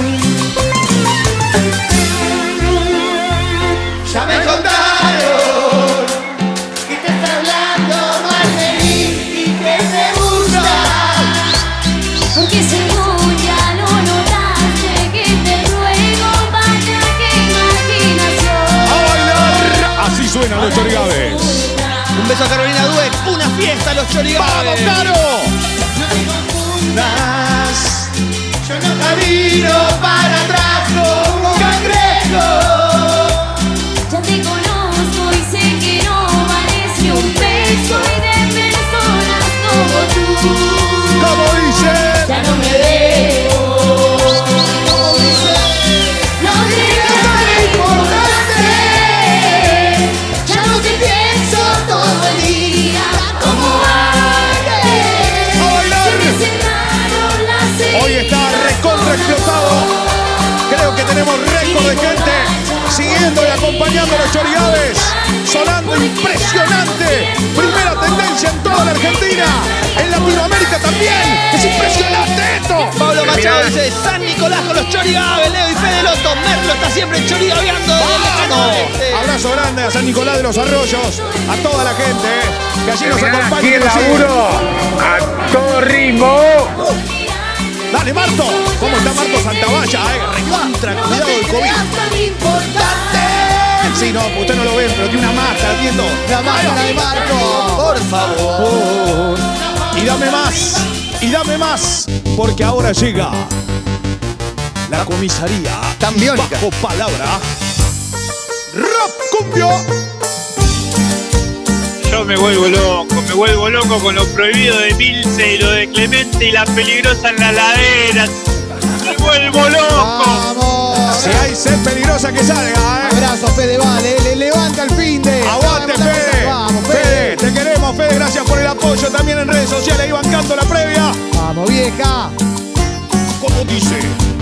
Ya me contaron que te está hablando mal de mí y que te gusta. Porque si no ya no notaste que te ruego, vaya que imaginación. ¡A bailar! Así suenan los Chorigaves. Un beso a Carolina Dueck, una fiesta los Chorigaves. ¡Vamos, Caro! No te confundas, yo no camino para atrás como un cangrejo. Ya te conozco y sé que no vales ni un peso y de personas como tú. ¿Cómo dice? Ya no me veo. No te creas tan importante. Ya no te pienso todo el día como antes. ¡A bailar! Se me cerraron las heridas. Hoy está recontra explotado. Creo que tenemos récord de gente siguiendo y acompañando a los Chorigaves. Sonando impresionante. Primera tendencia en toda la Argentina. En Latinoamérica también. Es impresionante esto. Pablo Machado dice, San Nicolás con los Chorigaves, Leo y Fede Loto. Merlo está siempre chorigaveando desde el lejano ¡Vamos! oeste. Abrazo grande a San Nicolás de los Arroyos. A toda la gente eh, que allí nos acompaña. Aquí y el nos sigue. laburo a todo ritmo. Dale, Marto. ¿Cómo está Marto Santavalla? Eh? Recontra, cuidado del COVID. Tan importante. Sí, no, usted no lo ve, pero tiene una máscara, atiendo. La máscara de Marco. Por favor. Y dame más, y dame más, porque ahora llega la comisaría. Tan biónica. Bajo palabra. Rap Cumbio. Yo me vuelvo loco, me vuelvo loco con lo prohibido de Milce y lo de Clemente y la peligrosa en la ladera. Me vuelvo loco. Vamos. Si hay sed peligrosa que salga, eh. Abrazo, Fede, vale. Le levanta el fin de. Aguante, Fede. Vamos, Fede, Fede. te queremos, Fede. Gracias por el apoyo también en redes sociales. Ahí bancando la previa. Vamos, vieja. ¿Cómo dice?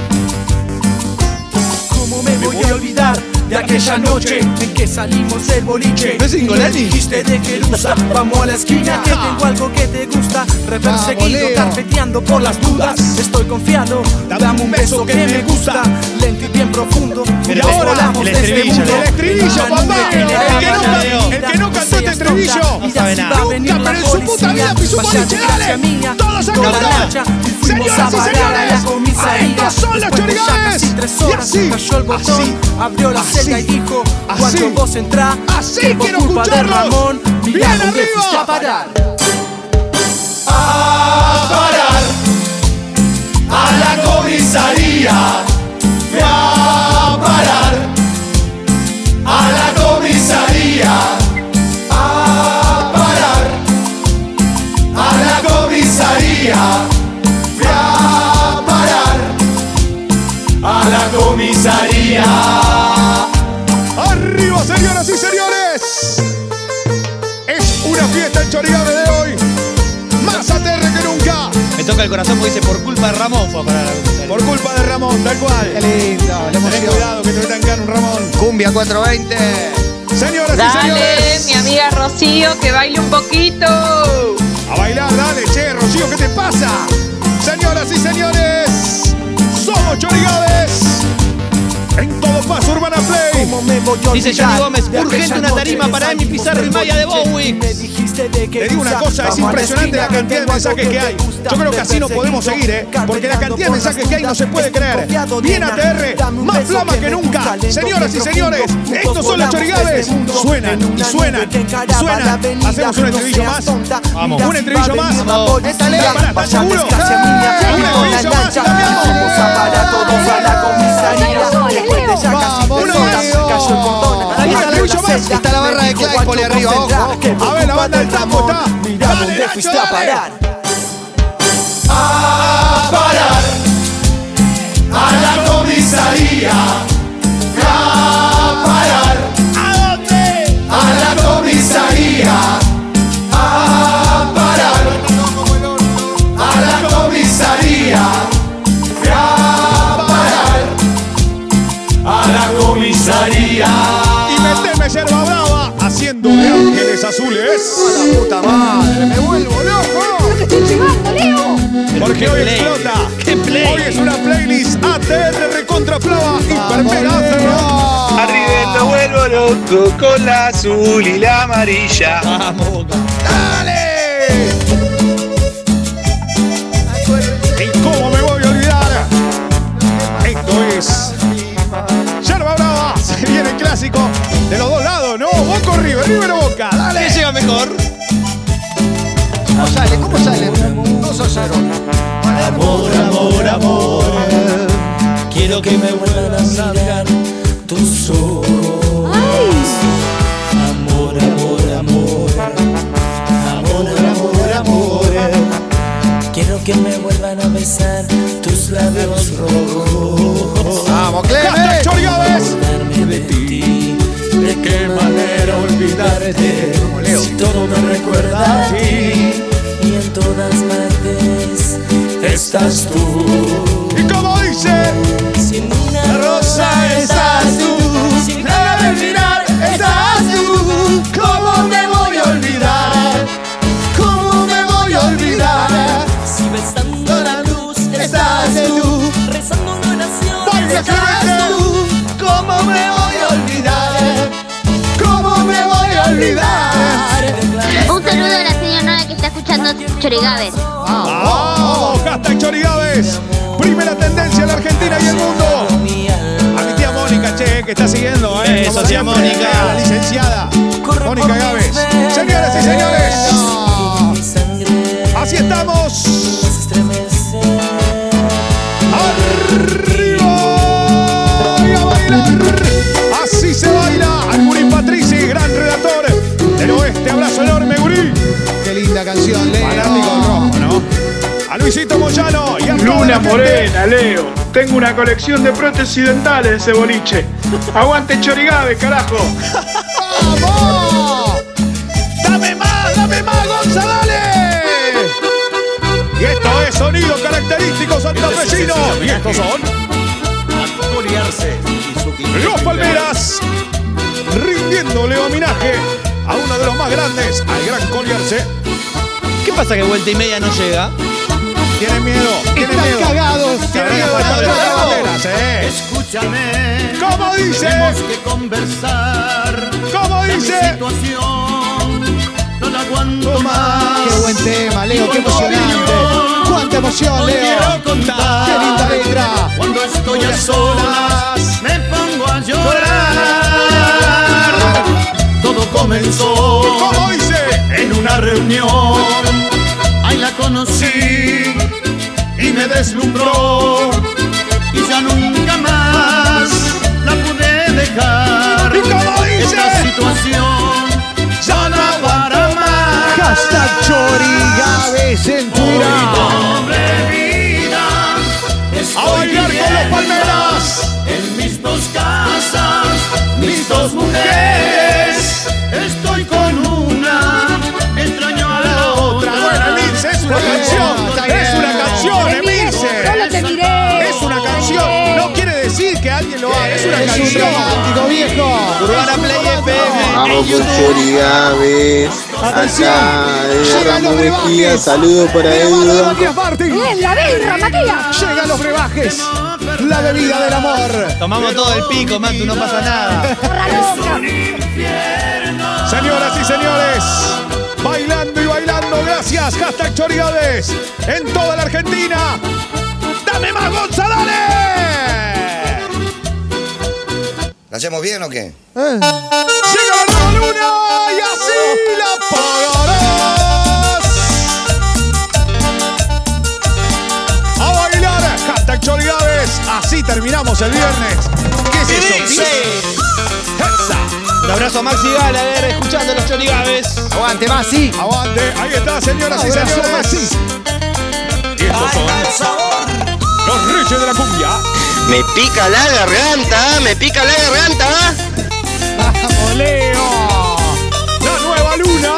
¿Cómo me voy a olvidar de aquella noche en que salimos del boliche? ¿No es Ingolani? Y me dijiste de Jerusa, vamos a la esquina, que tengo algo que te gusta. Reperseguido, Leo. carpeteando por las dudas. Estoy confiado, dame un beso que me gusta. Lento y bien profundo. Y ahora, volamos el desde estribillo, mundo. El estribillo, La nube papá. que El me que no, da el que no cantó este seas estribillo tonta, y ya buena. Si va a venir Nunca, la pero en su puta vida pisó un policía, boliche, vaya dale. hacia mía, Todos a con la cantar. lancha, y fuimos Señoras a y parar a la señores, comisaría. estos son los Después de ya chorigabes. casi tres Y horas, así, cayó el botón, así, abrió la así, celda y dijo, así, cuando vos entrás, así que por quiero culpa de escucharlos. Ramón, Bien mirá dónde arriba. fuiste a parar. A parar a la comisaría. Fui a parar a la comisaría. A parar a la comisaría. Fui a parar a la comisaría. Arriba, señoras y señores. Es una fiesta el Chorigabe de hoy. Más aterre que nunca. Me toca el corazón porque dice, por culpa de Ramón fue a parar a la comisaría. Por culpa de Ramón, tal cual. Qué lindo, la Ten emoción. cuidado que te metan cano un Ramón. Cumbia cuatro veinte. Señoras y Dale, señores. mi amiga Rocío, que baile un poquito. A bailar, dale, che, Rocío, ¿qué te pasa? Señoras y señores, somos Chorigabes. En todo paso, Urbana Play. Dice Johnny Gómez, urgente una tarima para Emi Pizarro y Maya de Bowie. Te digo una cosa, es impresionante la cantidad de mensajes que hay. Yo creo que así no podemos seguir, ¿eh? Porque la cantidad de mensajes que hay no se puede creer. Bien A T R, más flamas que nunca. Señoras y señores, estos son los Chorigabes. Suenan y suenan y suenan. Hacemos un estribillo más. Vamos. Un estribillo más. Vamos. Échale. Pará, ¿estás seguro? Desgracia ¡Eh! mía, Un con la estribillo más y lancha, cambiamos. fuimos a parar todos a la comisaría. Después de ya casi Vamos, tres horas, Leo. cayó el cordón. Ahí está la- abrió escucho más. celda, Está la barra me de dijo, Claypole "Guacho, arriba, vos ojo". entrá, que por A ver, la culpa banda de del tambo Ramón, está. mirá Dale, dónde Nacho, fuiste a dale. parar. A parar a la comisaría. Fui a parar. ¿A dónde? A la comisaría. A parar a la comisaría. Fui a parar a la comisaría. Y meteme yerba brava haciendo de ángeles azules. La puta madre, me vuelvo loco. Que estoy llevando, Leo. Porque hoy play. explota. ¡Qué play! Hoy es una playlist A T R recontra flava hiper mega cerrado. Arriba me vuelvo loco con la azul y la amarilla. Vamos, Boca. ¡Dale! ¿Y cómo me voy a olvidar? Esto es yerba brava. Se viene el clásico de los dos lados, ¿no? Boca o River, River o Boca. ¿Qué Dale. llega mejor? ¿Cómo sale? ¿Cómo sale? dos a cero. Amor, amor, amor. Quiero que me vuelvas a mirar tus ojos. Amor, amor, amor. Amor, amor, amor. Quiero que me vuelvan a besar tus labios rojos. Vamos, ¡Hashtag Clemente. Chorigabes! Acordarme de ti. De qué manera olvidarte. Si todo me recuerda a ti. Y en todas partes estás tú. ¿Y cómo dice? Sin una rosa estás tú. Sin nada de mirar estás tú. ¿Cómo me voy a olvidar? ¿Cómo me voy a olvidar? Si besando la luz Estás tú. rezando una oración ¡Baila, Estás Clemente! tú. ¿Cómo me voy a olvidar? ¿Cómo me voy a olvidar? Un saludo a la señora que está escuchando Chorigabes. ¡Vamos! ¡Hashtag Chorigabes! Primera tendencia en la Argentina y el mundo. A mi tía Mónica, che, que está siguiendo, ¿eh? Eso, Como tía siempre, Mónica. La licenciada Mónica Gaves. Señoras y señores, así estamos. ¡Arriba! ¡Y a bailar! Así se baila. Al Gurí Patrici, gran redactor del oeste. Abrazo enorme, Gurí. Qué linda canción, Leo. Fanático rojo, ¿no? A Luisito Moyano y a toda la Luna gente. Morena, Leo. Tengo una colección de prótesis dentales de ese boliche. Aguante Chorigabe, carajo. ¡Vamos! ¡Dame más, dame más, Gonza, dale! Y esto es sonido característico santafesino. Y estos son Los Palmeras, rindiéndole homenaje a uno de los más grandes, al gran Coliarse. ¿Qué pasa que vuelta y media no llega? Tienen miedo, tienen Están miedo. cagados. Tienen miedo de perder las banderas, ¿eh? Escúchame. ¿Cómo dice? Tenemos que conversar. ¿Cómo La dice? situación no la aguanto más. Qué buen tema, Leo, qué emocionante. Cuánta emoción, Hoy Leo. quiero contar. Qué linda letra. Cuando estoy a solas me pongo a llorar. Todo comenzó, ¿Cómo dice? en una reunión. Ahí la conocí y me deslumbró. Y ya nunca más la pude dejar. ¿Y cómo dice? Esta situación ya no para más. Hashtag Chorigaves en Twitter. A bailar con los Palmeras. En mis dos casas, mis dos mujeres. Estoy con una, extraño a la otra. Bueno, Emilce, es una Bueno, canción. está bien. Es una canción, Te miré, Emilce. solo te miré. Es una Te canción. miré. No quiere decir que alguien lo haga. Es una Es un canción. romántico, viejo. Urbana Play F M. Vamos con Chorigaves. Atención. Acá de Llegan Ramos los Mejía. brebajes. Saludos para De la mano de Edu. Matías Martín. Bien, la birra, Matías. Llegan los brebajes. La bebida del amor. Tomamos todo el pico, Matu, no pasa nada. Porra loca. Señoras y señores, bailando y bailando, gracias. Hashtag Chorigaves en toda la Argentina. ¡Dame más, Gonza, dale! ¿La hacemos bien o qué? Llega la nueva luna y así la pagarás. A bailar, hashtag Chorigaves. Así terminamos el viernes. ¿Qué es eso? Esa. Un abrazo a Maxi Gallagher, escuchando los Chorigaves. Aguante, Masi. Aguante, ahí está, señoras y Abrazo, señores. Maxi. Y estos son los Reyes de la Cumbia. Me pica la garganta, me pica la garganta. Vamos, Leo. La nueva luna.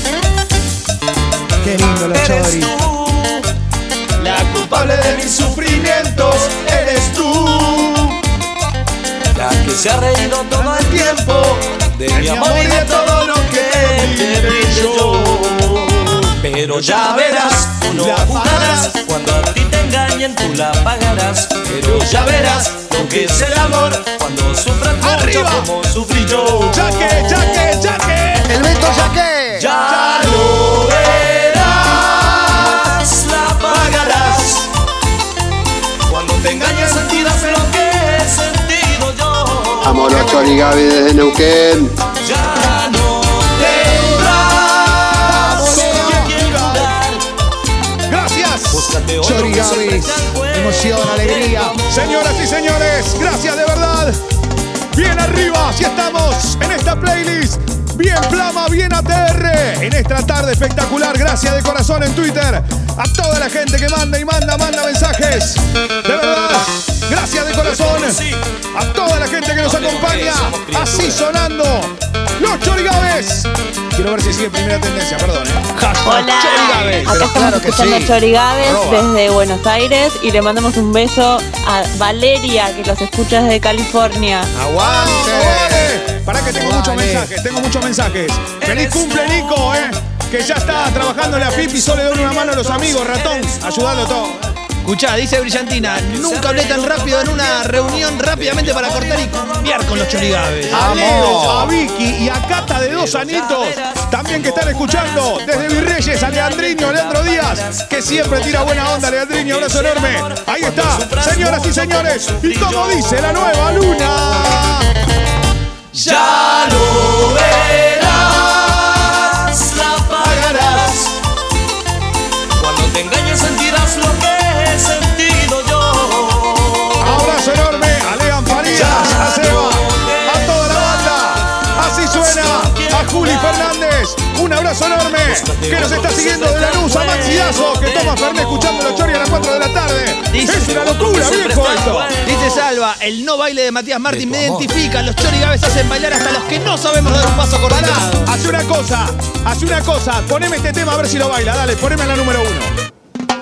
Qué lindo los Chori. La culpable de mis sufrimientos eres tú. La que se ha reído todo el tiempo de mi amor y de todo lo que te di yo. Pero ya verás, tú no pagarás. Cuando a ti te engañen, tú la pagarás. Pero ya verás lo que es el amor. Cuando sufras mucho Arriba. como sufrí yo. Ya que, ya que, ya que. El Beto Yaque. Ya lo verás, la pagarás. Cuando te engañes sentirás lo que he sentido yo. Vamos los Chorigaves desde Neuquén. Ya no tendrás con quién jugar. Gracias. Búscate otro que Chorigaves. se preste al juego. Emoción, alegría. Señoras y señores, gracias de verdad. Bien arriba, así estamos en esta playlist. Bien Plama, bien A T R. En esta tarde espectacular, gracias de corazón en Twitter. A toda la gente que manda y manda, manda mensajes. De verdad, gracias de corazón. A toda la gente que nos acompaña. Así sonando. Los Chorigaves. Quiero ver si sigue primera tendencia, perdón. ¿eh? Hola, Chorigaves. acá estamos claro que escuchando sí. Chorigaves Arroba. desde Buenos Aires y le mandamos un beso a Valeria que los escucha desde California. Aguante. Para que tengo Vale. muchos mensajes, tengo muchos mensajes. Feliz cumple, Nico, eh. Que ya está trabajando en la Pipi, solo le doy una mano a los amigos, ratón, ayudando todo. Escuchá, dice Brillantina, nunca hablé tan rápido en una reunión rápidamente para cortar y cambiar con los Chorigaves. A Leo, a Vicky y a Cata de dos anitos, también que están escuchando desde Virreyes, a Leandriño, Leandro Díaz, que siempre tira buena onda, Leandriño, abrazo enorme. Ahí está, señoras y señores, y como dice la nueva luna. Ya lo verás, la pagarás. Cuando te engañes sentirás lo que he sentido yo. Abrazo enorme a Lean Farías, a Seba, a toda la banda. Así suena a Juli Fernández. Un abrazo enorme que nos está siguiendo de la luz, a Maxi Dazo, que toma Fernet escuchando los Chori a las cuatro de la tarde. Es una locura, viejo, esto. Dice Salva, el no baile de Matías Martín me identifica. Los Chorigaves hacen bailar hasta los que no sabemos dar un paso coordinado. Hace una cosa, hace una cosa. Poneme este tema a ver si lo baila. Dale, poneme la número uno.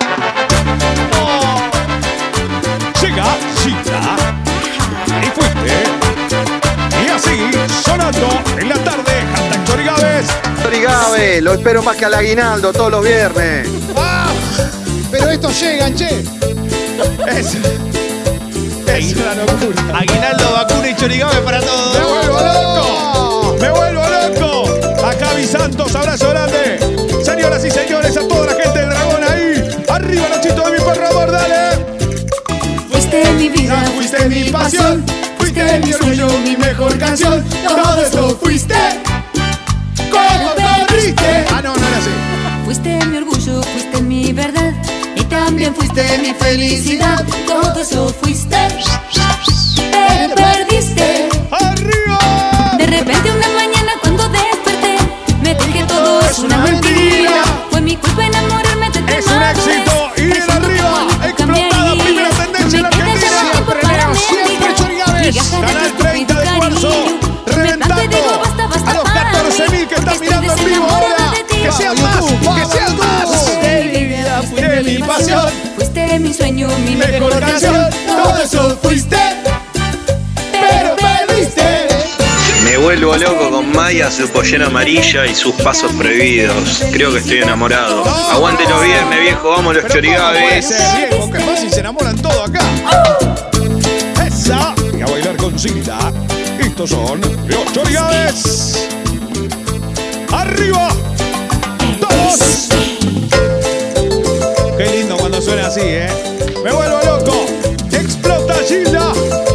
Oh. Llega, Chita. Y fuiste. Y así, sonando en la tarde, hashtag Chorigaves. Chorigaves, lo espero más que al aguinaldo todos los viernes. ¡Ah! Pero estos llegan, che. Es, es una locura. Aguinaldo, vacuna y Chorigaves para ¡Me todos. vuelvo loco! ¡Me vuelvo loco! A Javi Santos, abrazo grande. pasión. Fuiste mi orgullo, mi mejor canción. Todo eso fuiste. ¿Cómo perdiste? Ah, no, no era así. Fuiste mi orgullo, fuiste mi verdad. Y también fuiste mi felicidad. Todo eso fuiste. Pero perdiste. ¡Arriba! De repente una mañana cuando desperté, me dije todo es una mentira. Fue mi culpa enamorarme de tu Es un éxito. Y en arriba, explotada, primera tendencia en la Argentina. Siempre Leo, siempre Chori Gávez. Canal treinta de Cuarzo, reventando a los catorce mil que están mirando en vivo ahora. Que sean más, que sean más. Fuiste mi vida, fuiste mi pasión. Fuiste mi sueño, mi Mejor canción. Todo eso fuiste. Pero perdiste. Me vuelvo loco con Maya, su pollera amarilla y sus pasos prohibidos. Creo que estoy enamorado. Aguante los viernes, viejo, vamos los chorigaves. Viejo, que fácil se enamoran todo acá. Esa. Y a bailar con cinta. Estos son los chorigaves. ¡Arriba! ¡Todos! Qué lindo cuando suena así, ¿eh? Me vuelvo loco. Explota Gilda.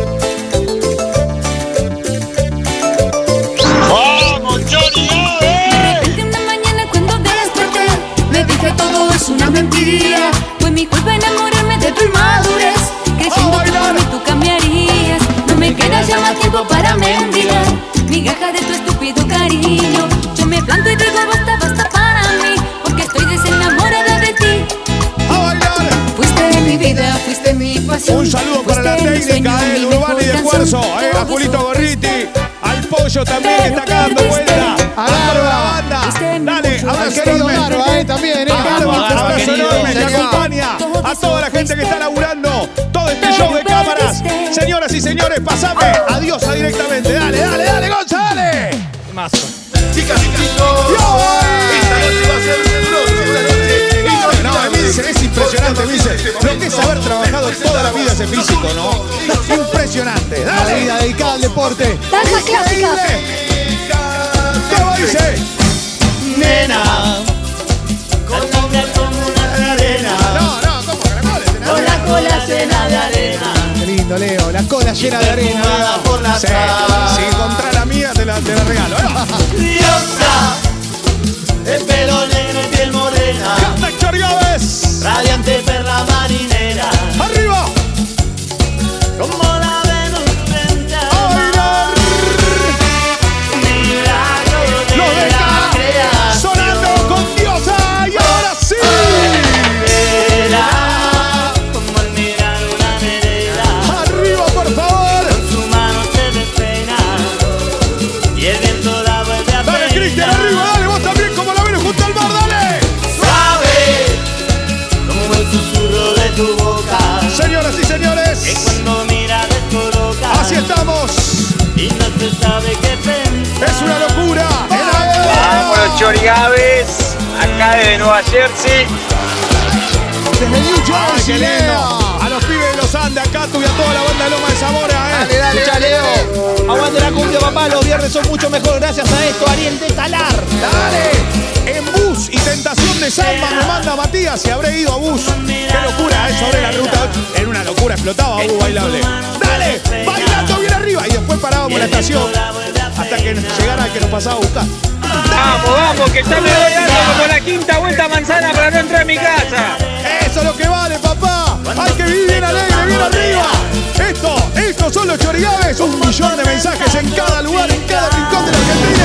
¡Vamos, chorigaves! De una mañana cuando desperté, me dije todo es una mentira. Fue mi culpa enamorarme de tu inmadurez. Creyendo que por mí tú cambiarías. No me queda ya más tiempo para mendigar migaja de tu estúpido cariño. Yo me planto y digo basta, basta para mí, porque estoy desenamorada de ti. ¡A bailar! Fuiste mi vida, fuiste mi pasión. Un saludo para la técnica del Urbano y del Cuarzo, eh, a Julito Gorriti, al Pollo también que está acá dando vuelta. A toda la Garba. banda. Dale, abrazo Querido enorme. Garba, eh, también, eh. A Garba, Garba, abrazo querido. enorme, que Señor. acompaña a toda la gente que está laburando todo este show de cámaras. Señoras y señores, pasame a Diosa directamente. Dale, dale, dale, Gonza, dale. Mazo. Chicas y chicos, esta noche va a ser una noche, una noche. No, Emilce, es impresionante, Emilce. Lo que es haber trabajado toda la vida ese físico, ¿no? Impresionante. La Dale. vida dedicada al deporte. Danza clásica. ¿Cómo dice? Nena, colombiana como una arena, No, no, ¿cómo caracoles? con la cola llena de arena, Qué lindo, Leo. La cola llena de arena. perfumada por la Sí, sal. si encontrás la mía, te la, te la regalo. Ahí va. Diosa, el pelo negro y piel morena, ¡Canta Chorigaves! radiante perla marinera, ¡Arriba! como la Venus frente al ¡A mar, bailar! milagro de ¡Los de la acá! creación. ¡Sonando con Diosa! ¡Y ahora sí! Verá como al mirar una vereda, ¡Arriba, por favor! con su mano se despeina y el viento la vuelve a ¡Dale, Cristian, peinar. arriba! ¡Dale, vos también, como la ven junto al mar! ¡Dale! Sabe como el susurro de tu boca, Señoras y que señores, cuando mira descoloca así estamos. y no se sabe qué pensar. ¡Es una locura! Vamos los chorigaves, acá desde Nueva Jersey. Desde New ¡Ay, Jersey, qué lindo! Leo. A los pibes de los Andes, a Catu y a toda la banda de Loma de Zamora, ¿eh? Dale, dale, Escuchá, dale. Leo. Aguante la cumbia, papá. Los viernes son mucho mejor gracias a esto. Ariel de Talar. ¡Dale! En bus y tentación de Salma me manda Matías y habré ido a bus. ¡Qué locura! ¿Eh? Sobre la ruta ocho. Era una locura, explotaba bus bailable. ¡Dale! Bailando bien arriba. Y después parábamos la estación hasta que llegara el que nos pasaba a buscar. Vamos, vamos, que ya me voy dando como la quinta vuelta manzana para no entrar a mi casa. ¡Eso es lo que vale, papá! ¡Hay que vivir bien alegre, bien arriba! Esto, estos son los chorigaves. Un millón de mensajes en cada lugar, en cada rincón de la Argentina.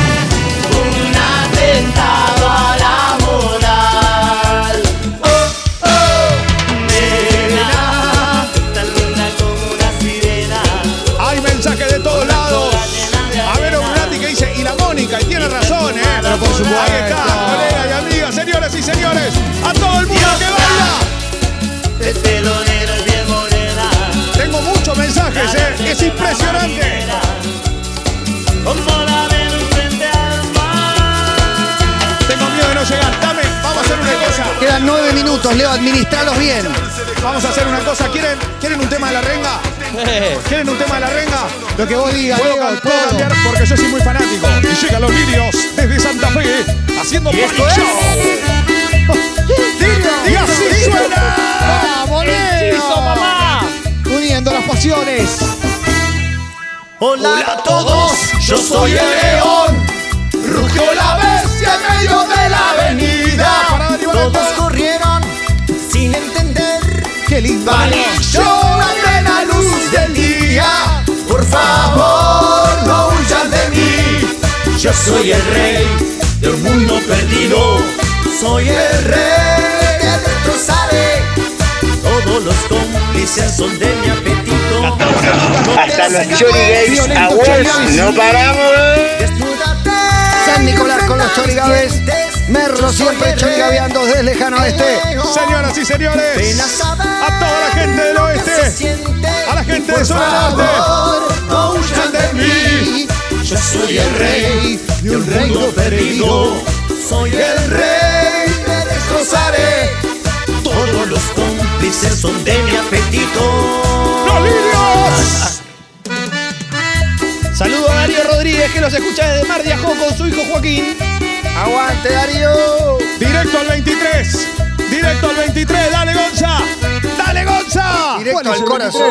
Un atentado a la moral. Oh, oh, nena, tan linda como una sirena. Hay mensajes de todos lados. A ver, Brunati que dice, y la Mónica, y tiene razón, ¿eh? Pero por supuesto. Ahí está, colegas y amigas, señoras y señores, a todo el mundo que baila. El pelo negro y piel morena, Tengo muchos mensajes, ¿eh? Es impresionante. como la Venus frente al mar. Tengo miedo de no llegar. Dame, vamos a hacer una cosa. Quedan nueve minutos, Leo, administralos bien. Vamos a hacer una cosa. ¿Quieren, ¿quieren un tema de la renga? ¿Quieren un tema de la renga? Lo que vos digas, Puedo, Leo, can- puedo todo. cambiar porque yo soy muy fanático. Y llegan los lirios desde Santa Fe haciendo ¿Y Pony esto es? Show. Y así suena. ¡Vamos, Leo! ¡Hizo, mamá! Un día uniendo las pasiones. Hola a todos, yo soy el león. Rugió la bestia en medio de la avenida. Todos corrieron sin entender. Qué lindo. Amarillo ante la luz del día. Por favor, no huyan de mí. Yo soy el rey de un mundo perdido. Soy el rey que destrozaré. Todos los cómplices son de mi apetito. Hasta los chorigaves a vos no paramos. San Nicolás con los chorigaves. Merlo siempre chorigaveando desde lejano oeste. Señoras y señores, a toda la gente del oeste, a la gente de zona norte, no huyan de mí. Yo soy el rey de un mundo perdido. Soy el rey que destrozaré. Todos los cómplices son de mi apetito. ¡Los lirios! Saludo a Darío Rodríguez, que los escucha desde Mar de Ajó con su hijo Joaquín. ¡Aguante, Darío! Directo al veintitrés. Directo al veintitrés. ¡Dale, Gonza! ¡Dale, Gonza! Directo al corazón.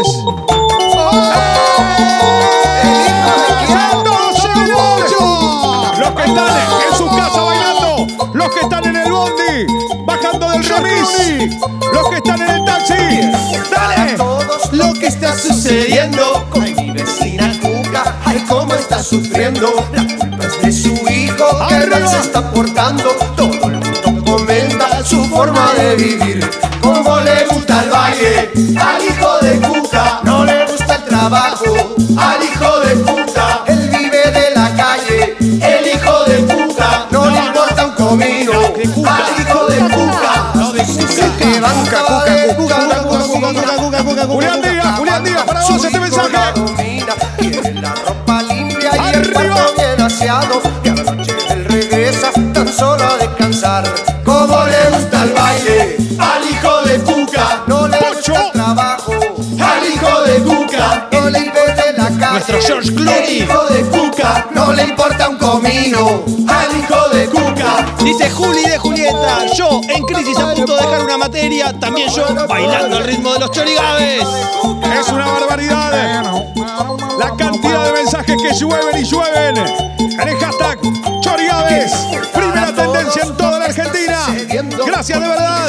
Los que están en su casa bailando, los que están en el bondi, bajando del remis, los que están en el taxi, dale. Lo que está sucediendo con mi vecina Cuca, ay cómo está sufriendo. La culpa es de su hijo que mal se está portando. Todo el mundo comenta su forma de vivir. Cómo le gusta el baile al hijo de Cuca. No le gusta el trabajo al hijo de puta. Él vive de la calle, el hijo de Cuca. No le importa un comino al hijo de Cuca. Que banca Cuca, Cuca, Cuca, Cuca, Cuca. Julián Díaz, Julián Díaz, para vos este mensaje. Quiere la ropa limpia y el cuarto bien aseado. Y a la noche él regresa tan solo a descansar. Como le gusta el baile al hijo de Cuca. No le gusta el trabajo al hijo de Cuca. No le importa la calle. Nuestro George Clooney. El hijo de Cuca. No le importa un comino al hijo de Cuca. Dice Juli de Julieta, yo en crisis a punto de dejar una materia, también yo bailando al ritmo de los chorigaves. Es una barbaridad la cantidad de mensajes que llueven y llueven en el hashtag Chorigaves. Primera tendencia en toda la Argentina. Gracias de verdad.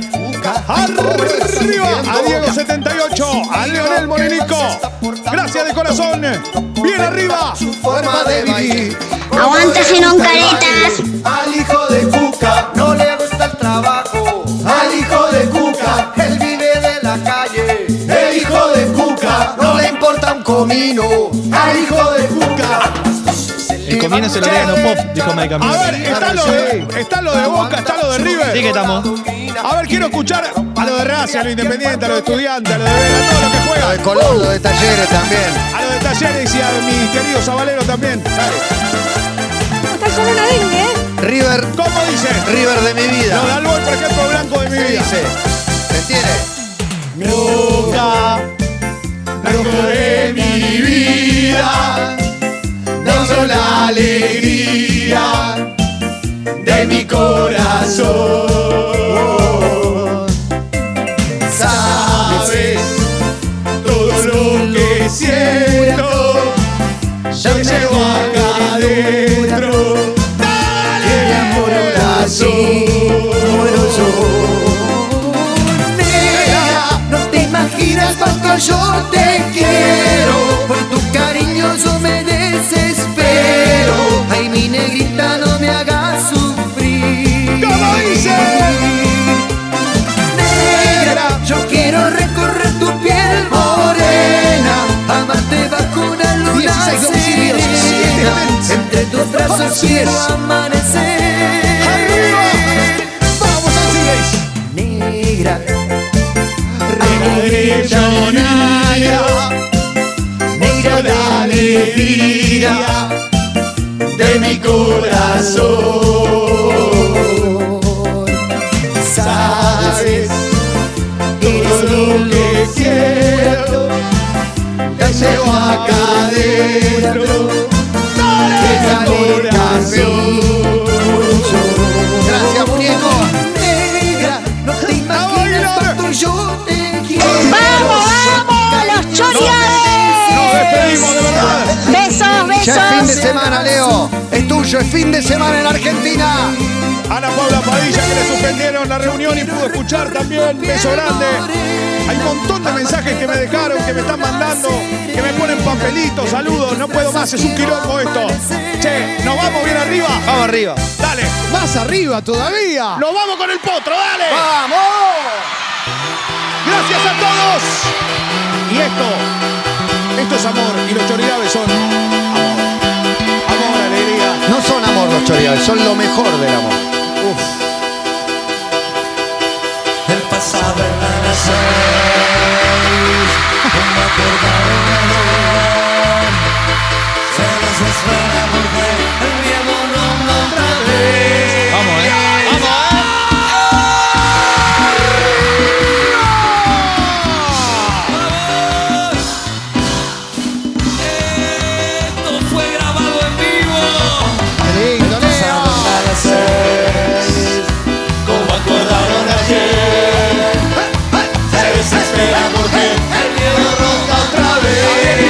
Arriba a Diego setenta y ocho, a Leonel Morenico. Gracias de corazón. Bien arriba. Su forma de vivir. Aguanta, Zenón Caretas. Al hijo de Cuca no le gusta el trabajo. Al hijo de Cuca, él vive de la calle. El hijo de Cuca no le importa un comino. Al hijo de Cuca. El comino es el orégano pop, dijo Mike Camilo. A ver, está lo de, está lo de Boca, está lo de River. Sí que estamos. A ver, quiero escuchar a lo de Racing, a lo Independiente, a lo de Estudiantes, a lo de Vega, a todo lo que juega. Lo de Colón, lo de Talleres también. A lo de Talleres y a mi querido Zabalero también. Está solo una dengue, ¿eh? River. ¿Cómo dice? River de mi vida. Lo de Alboy, por ejemplo, Blanco de mi ¿Qué vida. dice? ¿Se entiende? Nunca, blanco de mi vida, dando la alegría de mi corazón. Sabes todo lo que siento, ya me llevo acá adentro. Que mi amor corazón. Imaginas cuánto yo te quiero, por tu cariño yo me desespero. Ay, mi negrita, no me hagas sufrir. ¿Cómo dice? Negra, yo quiero recorrer tu piel morena, amarte bajo una luna serena. Entre tus brazos quiero amanecer. Vamos, Sansi. Negra, millonaria, negra la alegría de mi corazón. Sabes todo lo que quiero, te llevo acá adentro de mi corazón. Gracias, muñeco. Negra, no te imaginas cuánto yo te quiero. ¡Vamos, vamos! ¡Los de semana, Leo. Es tuyo, es fin de semana en Argentina. Ana Paula Padilla, que le suspendieron la reunión y pudo escuchar también. Beso grande. Hay un montón de mensajes que me dejaron, que me están mandando, que me ponen papelitos, saludos. No puedo más, es un quilombo esto. Che, ¿nos vamos bien arriba? Vamos arriba. Dale. Más arriba todavía. ¡Nos vamos con el potro, dale! ¡Vamos! ¡Gracias a todos! Y esto, esto es amor, y los chorigaves son amor. Amor, alegría. No son amor los chorigaves, son lo mejor del amor. Uf. El pasado en la seis, como acordaron, se desespera porque el miedo no anda otra vez. Vamos, eh. Esto fue grabado en vivo. Lindo, Leo. Como acordaron ayer, se desespera porque el miedo ronda otra vez.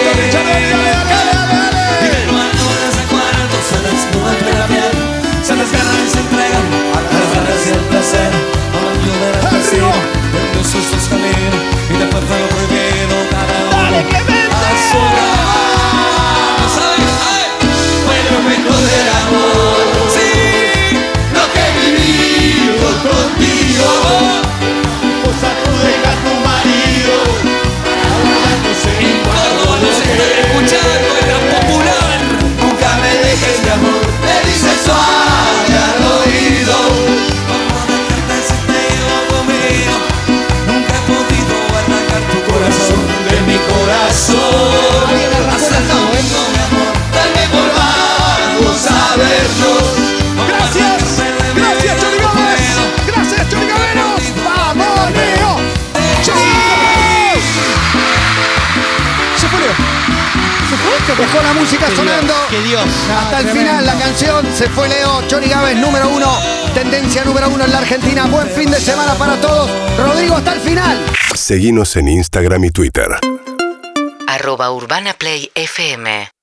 Y de nuevo en ese cuarto se desnuda entre la piel, se desgarra y se entregan a las ganas y el placer. No lo ayuda a decir, de los sustos salir y de fuerza lo prohibido cada uno. ¡Dale, Clemente! A su lado, ¿sabes? Fue lo mejor del amor. Sí, lo que he vivido contigo. Vos acude a tu marido. Ahora no sé en cuándo los estoy escuchando en la popular. Nunca me dejes de amor, me dices suave al oído. Como dejarte si te llevo conmigo. Nunca he podido arrancar tu corazón de mi corazón. Hasta el domingo, mi amor, tal vez volvamos a vernos. Gracias, gracias chorigaves. Gracias chorigaveros. ¡Vamos, Leo! Se fue Leo. Dejó la música sonando. Que Dios. Hasta el tremendo. final la canción. Se fue Leo. Chorigaves número uno. Tendencia número uno en la Argentina. Buen fin de semana para todos. Rodrigo, hasta el final. Seguinos en Instagram y Twitter. Arroba Urbana Play F M.